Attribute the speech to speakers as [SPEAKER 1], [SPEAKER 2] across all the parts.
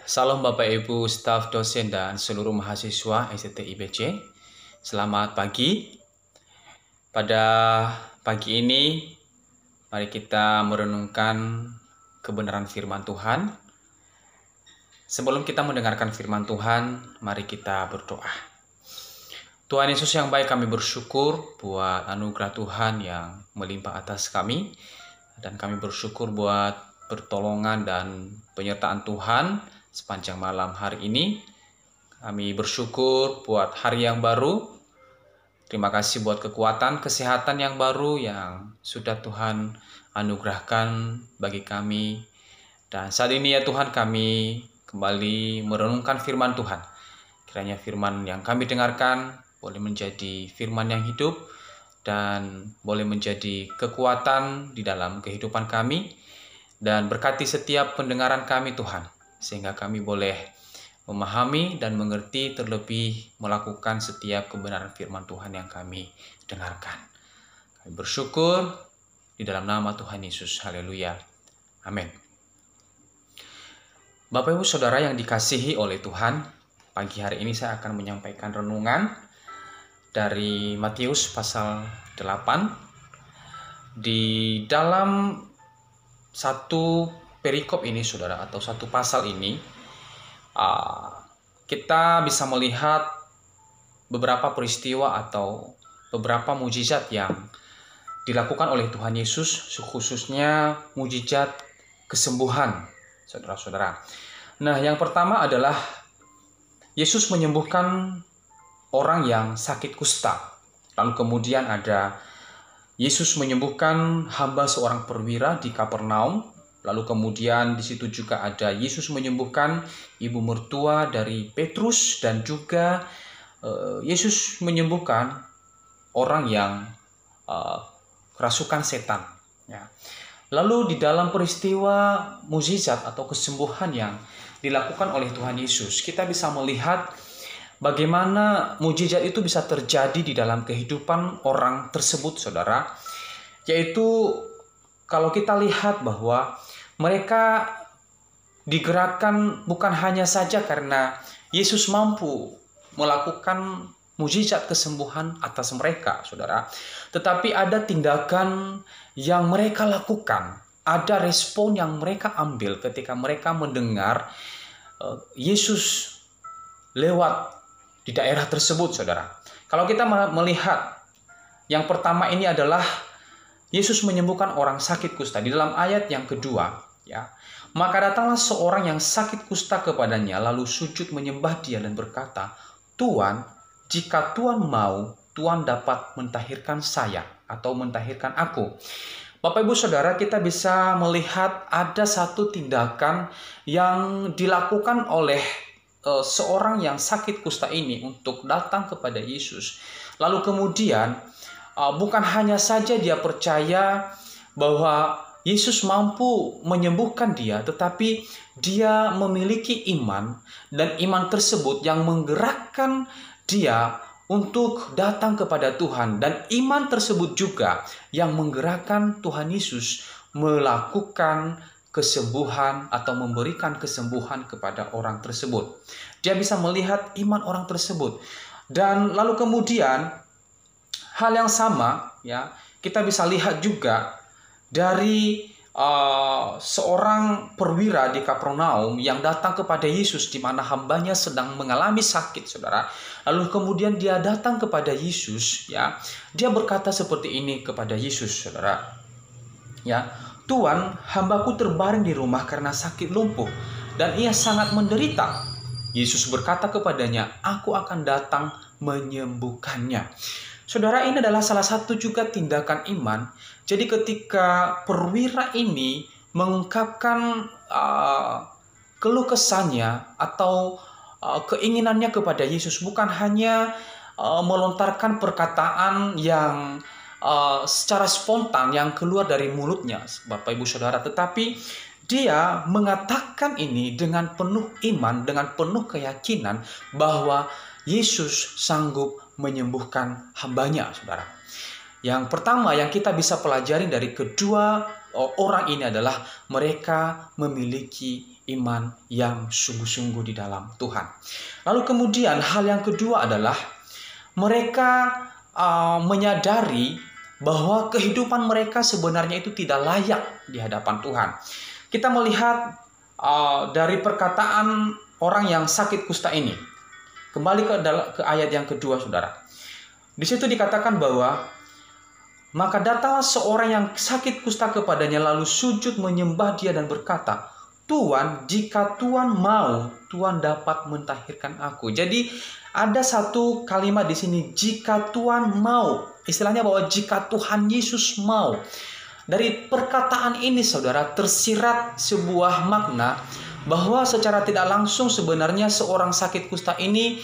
[SPEAKER 1] Salam Bapak Ibu, staf dosen dan seluruh mahasiswa STT IBC. Selamat pagi. Pada pagi ini, mari kita merenungkan kebenaran firman Tuhan. Sebelum kita mendengarkan firman Tuhan, mari kita berdoa. Tuhan Yesus yang baik, kami bersyukur buat anugerah Tuhan yang melimpah atas kami. Dan kami bersyukur buat pertolongan dan penyertaan Tuhan sepanjang malam hari ini. Kami bersyukur buat hari yang baru. Terima kasih buat kekuatan, kesehatan yang baru yang sudah Tuhan anugerahkan bagi kami. Dan saat ini ya Tuhan, kami kembali merenungkan firman Tuhan. Kiranya firman yang kami dengarkan boleh menjadi firman yang hidup dan boleh menjadi kekuatan di dalam kehidupan kami. Dan berkati setiap pendengaran kami Tuhan, sehingga kami boleh memahami dan mengerti, terlebih melakukan setiap kebenaran firman Tuhan yang kami dengarkan. Kami bersyukur di dalam nama Tuhan Yesus. Haleluya. Amin. Bapak Ibu Saudara yang dikasihi oleh Tuhan, pagi hari ini saya akan menyampaikan renungan dari Matius pasal 8. Di dalam satu perikop ini Saudara, atau satu pasal ini, kita bisa melihat beberapa peristiwa atau beberapa mujizat yang dilakukan oleh Tuhan Yesus, khususnya mujizat kesembuhan, saudara-saudara. Nah, yang pertama adalah Yesus menyembuhkan orang yang sakit kusta. Lalu kemudian ada Yesus menyembuhkan hamba seorang perwira di Kapernaum. Lalu kemudian di situ juga ada Yesus menyembuhkan ibu mertua dari Petrus, dan juga Yesus menyembuhkan orang yang kerasukan setan. Ya. Lalu di dalam peristiwa mukjizat atau kesembuhan yang dilakukan oleh Tuhan Yesus, kita bisa melihat bagaimana mukjizat itu bisa terjadi di dalam kehidupan orang tersebut, saudara. Yaitu kalau kita lihat bahwa mereka digerakkan bukan hanya saja karena Yesus mampu melakukan mukjizat kesembuhan atas mereka, saudara. Tetapi ada tindakan yang mereka lakukan, ada respon yang mereka ambil ketika mereka mendengar Yesus lewat di daerah tersebut, saudara. Kalau kita melihat yang pertama ini adalah Yesus menyembuhkan orang sakit kusta. Di dalam ayat yang kedua, ya, maka datanglah seorang yang sakit kusta kepadanya, lalu sujud menyembah dia dan berkata, "Tuan, jika Tuan mau, Tuan dapat mentahirkan saya atau mentahirkan aku." Bapak Ibu Saudara, kita bisa melihat ada satu tindakan yang dilakukan oleh seorang yang sakit kusta ini untuk datang kepada Yesus. Lalu kemudian bukan hanya saja dia percaya bahwa Yesus mampu menyembuhkan dia, tetapi dia memiliki iman, dan iman tersebut yang menggerakkan dia untuk datang kepada Tuhan, dan iman tersebut juga yang menggerakkan Tuhan Yesus melakukan kesembuhan atau memberikan kesembuhan kepada orang tersebut. Dia bisa melihat iman orang tersebut. Dan lalu kemudian hal yang sama, ya, kita bisa lihat juga dari seorang perwira di Kapernaum yang datang kepada Yesus di mana hambanya sedang mengalami sakit, saudara. Lalu kemudian dia datang kepada Yesus, ya. Dia berkata seperti ini kepada Yesus, saudara. Ya, "Tuan, hambaku terbaring di rumah karena sakit lumpuh dan ia sangat menderita." Yesus berkata kepadanya, "Aku akan datang menyembuhkannya." Saudara, ini adalah salah satu juga tindakan iman. Jadi ketika perwira ini mengungkapkan keluh kesahnya atau keinginannya kepada Yesus, bukan hanya melontarkan perkataan yang secara spontan yang keluar dari mulutnya, Bapak Ibu Saudara, tetapi dia mengatakan ini dengan penuh iman, dengan penuh keyakinan bahwa Yesus sanggup menyembuhkan hambanya, saudara. Yang pertama yang kita bisa pelajari dari kedua orang ini adalah mereka memiliki iman yang sungguh-sungguh di dalam Tuhan. Lalu kemudian hal yang kedua adalah mereka menyadari bahwa kehidupan mereka sebenarnya itu tidak layak di hadapan Tuhan. Kita melihat dari perkataan orang yang sakit kusta ini. Kembali ke ayat yang kedua, saudara. Di situ dikatakan bahwa maka datanglah seorang yang sakit kusta kepadanya, lalu sujud menyembah dia dan berkata, Tuhan, jika Tuhan mau, Tuhan dapat mentahirkan aku. Jadi ada satu kalimat di sini, jika Tuhan mau. Istilahnya bahwa jika Tuhan Yesus mau. Dari perkataan ini, saudara, tersirat sebuah makna bahwa secara tidak langsung sebenarnya seorang sakit kusta ini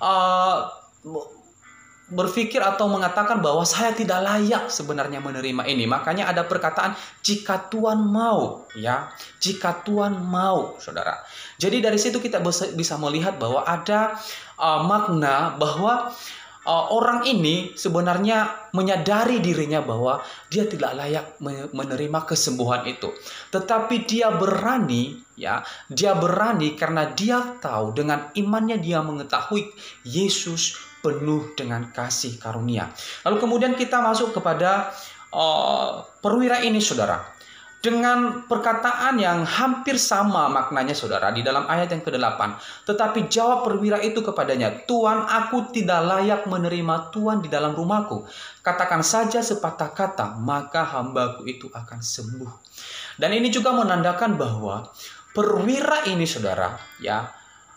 [SPEAKER 1] berpikir atau mengatakan bahwa saya tidak layak sebenarnya menerima ini. Makanya ada perkataan jika Tuhan mau, ya, jika Tuhan mau, saudara. Jadi dari situ kita bisa melihat bahwa ada makna bahwa orang ini sebenarnya menyadari dirinya bahwa dia tidak layak menerima kesembuhan itu. Tetapi dia berani, ya, dia berani karena dia tahu dengan imannya dia mengetahui Yesus penuh dengan kasih karunia. Lalu kemudian kita masuk kepada perwira ini, saudara. Dengan perkataan yang hampir sama maknanya, saudara, di dalam ayat yang ke-8. Tetapi jawab perwira itu kepadanya, Tuhan, aku tidak layak menerima Tuhan di dalam rumahku. Katakan saja sepatah kata, maka hambaku itu akan sembuh. Dan ini juga menandakan bahwa perwira ini, saudara, ya,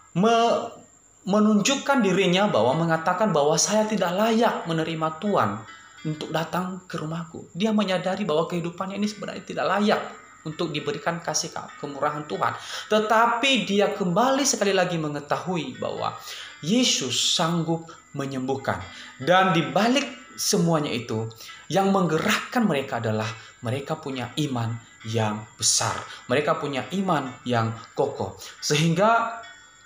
[SPEAKER 1] menunjukkan dirinya bahwa mengatakan bahwa saya tidak layak menerima Tuhan untuk datang ke rumahku. Dia menyadari bahwa kehidupannya ini sebenarnya tidak layak untuk diberikan kasih kemurahan Tuhan. Tetapi dia kembali sekali lagi mengetahui bahwa Yesus sanggup menyembuhkan. Dan di balik semuanya itu, yang menggerakkan mereka adalah mereka punya iman yang besar. Mereka punya iman yang kokoh. Sehingga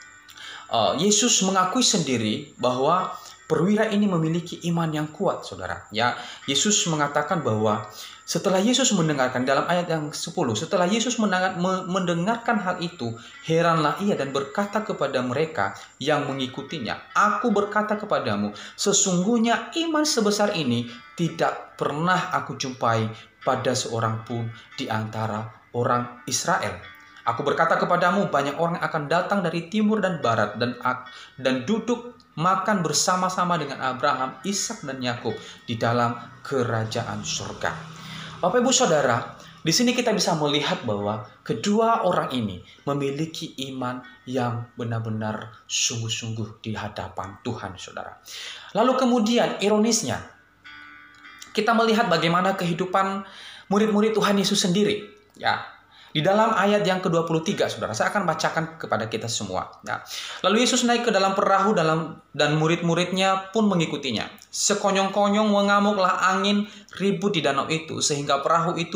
[SPEAKER 1] Yesus mengakui sendiri bahwa perwira ini memiliki iman yang kuat, saudara. Ya, Yesus mengatakan bahwa setelah Yesus mendengarkan dalam ayat yang 10, setelah Yesus mendengarkan hal itu, heranlah ia dan berkata kepada mereka yang mengikutinya, Aku berkata kepadamu, sesungguhnya iman sebesar ini tidak pernah aku jumpai pada seorang pun di antara orang Israel. Aku berkata kepadamu, banyak orang akan datang dari timur dan barat dan duduk makan bersama-sama dengan Abraham, Ishak dan Yakub di dalam kerajaan surga. Bapak Ibu Saudara, di sini kita bisa melihat bahwa kedua orang ini memiliki iman yang benar-benar sungguh-sungguh di hadapan Tuhan, saudara. Lalu kemudian ironisnya, kita melihat bagaimana kehidupan murid-murid Tuhan Yesus sendiri, ya. Di dalam ayat yang ke-23, saudara, saya akan bacakan kepada kita semua. Nah, lalu Yesus naik ke dalam perahu dan murid-muridnya pun mengikutinya. Sekonyong-konyong mengamuklah angin ribut di danau itu, sehingga perahu itu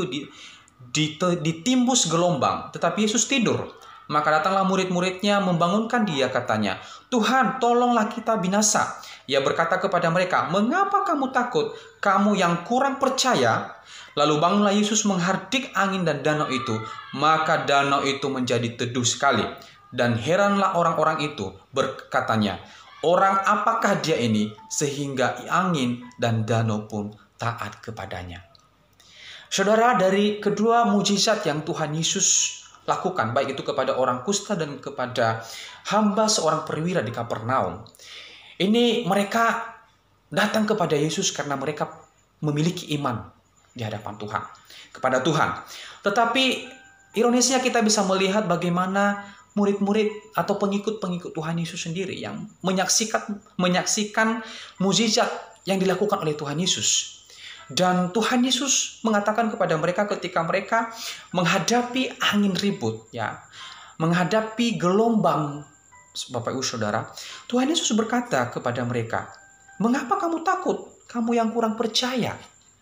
[SPEAKER 1] ditimbus gelombang. Tetapi Yesus tidur. Maka datanglah murid-muridnya membangunkan dia, katanya, Tuhan, tolonglah kita binasa. Ia berkata kepada mereka, mengapa kamu takut? Kamu yang kurang percaya? Lalu bangunlah Yesus menghardik angin dan danau itu, maka danau itu menjadi teduh sekali. Dan heranlah orang-orang itu, berkatanya, orang apakah dia ini sehingga angin dan danau pun taat kepadanya. Saudara, dari kedua mujizat yang Tuhan Yesus lakukan, baik itu kepada orang kusta dan kepada hamba seorang perwira di Kapernaum, ini mereka datang kepada Yesus karena mereka memiliki iman di hadapan Tuhan, kepada Tuhan. Tetapi ironisnya kita bisa melihat bagaimana murid-murid atau pengikut-pengikut Tuhan Yesus sendiri yang menyaksikan mukjizat yang dilakukan oleh Tuhan Yesus. Dan Tuhan Yesus mengatakan kepada mereka ketika mereka menghadapi angin ribut, ya, menghadapi gelombang, Bapak Ibu Saudara, Tuhan Yesus berkata kepada mereka, mengapa kamu takut? Kamu yang kurang percaya.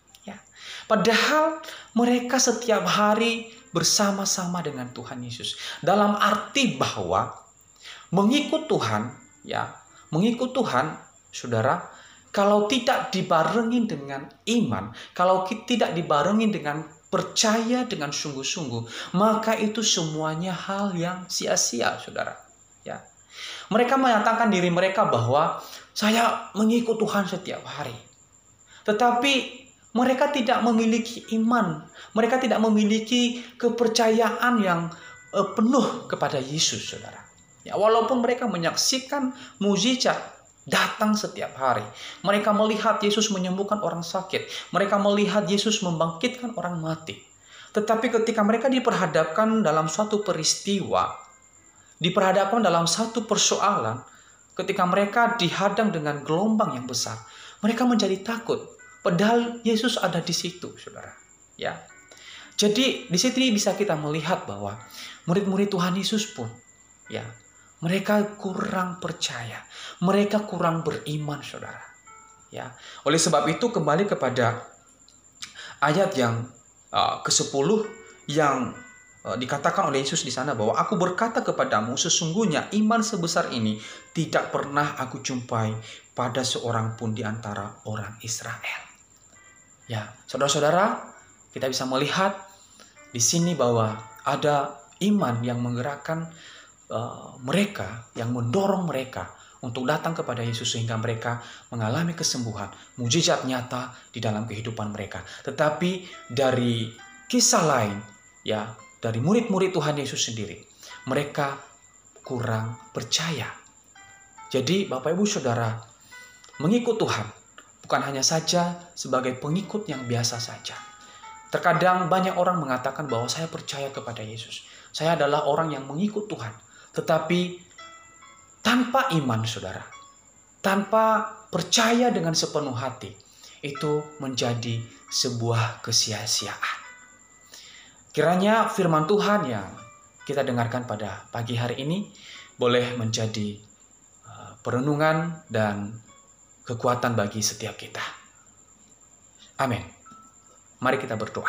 [SPEAKER 1] Padahal mereka setiap hari bersama-sama dengan Tuhan Yesus. Dalam arti bahwa mengikut Tuhan, ya, mengikut Tuhan, saudara, kalau tidak dibarengi dengan iman, kalau tidak dibarengi dengan percaya dengan sungguh-sungguh, maka itu semuanya hal yang sia-sia, saudara. Ya, mereka menyatakan diri mereka bahwa saya mengikut Tuhan setiap hari. Tetapi mereka tidak memiliki iman. Mereka tidak memiliki kepercayaan yang penuh kepada Yesus, saudara. Ya, walaupun mereka menyaksikan mukjizat datang setiap hari. Mereka melihat Yesus menyembuhkan orang sakit. Mereka melihat Yesus membangkitkan orang mati. Tetapi ketika mereka diperhadapkan dalam suatu peristiwa, diperhadapkan dalam satu persoalan, ketika mereka dihadang dengan gelombang yang besar, mereka menjadi takut. Padahal Yesus ada di situ, saudara. Ya, jadi di sini bisa kita melihat bahwa murid-murid Tuhan Yesus pun, ya, mereka kurang percaya, mereka kurang beriman, saudara. Ya, oleh sebab itu kembali kepada ayat yang ke-10 yang dikatakan oleh Yesus di sana bahwa aku berkata kepadamu, sesungguhnya iman sebesar ini tidak pernah aku jumpai pada seorang pun di antara orang Israel. Ya, saudara-saudara, kita bisa melihat di sini bahwa ada iman yang menggerakkan mereka, yang mendorong mereka untuk datang kepada Yesus sehingga mereka mengalami kesembuhan, mukjizat nyata di dalam kehidupan mereka. Tetapi dari kisah lain, ya, dari murid-murid Tuhan Yesus sendiri, mereka kurang percaya. Jadi Bapak Ibu Saudara, mengikut Tuhan bukan hanya saja sebagai pengikut yang biasa saja. Terkadang banyak orang mengatakan bahwa saya percaya kepada Yesus. Saya adalah orang yang mengikut Tuhan. Tetapi tanpa iman, saudara, tanpa percaya dengan sepenuh hati, itu menjadi sebuah kesia-siaan. Kiranya firman Tuhan yang kita dengarkan pada pagi hari ini boleh menjadi perenungan dan kekuatan bagi setiap kita. Amin. Mari kita berdoa.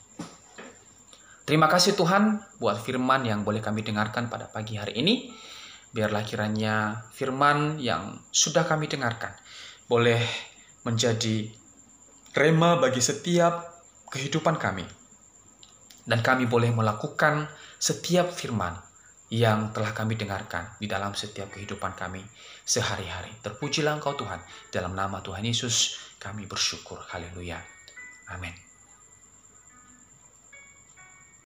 [SPEAKER 1] Terima kasih Tuhan buat firman yang boleh kami dengarkan pada pagi hari ini. Biarlah kiranya firman yang sudah kami dengarkan boleh menjadi rema bagi setiap kehidupan kami. Dan kami boleh melakukan setiap firman yang telah kami dengarkan di dalam setiap kehidupan kami sehari-hari. Terpujilah Engkau Tuhan. Dalam nama Tuhan Yesus kami bersyukur. Haleluya. Amin.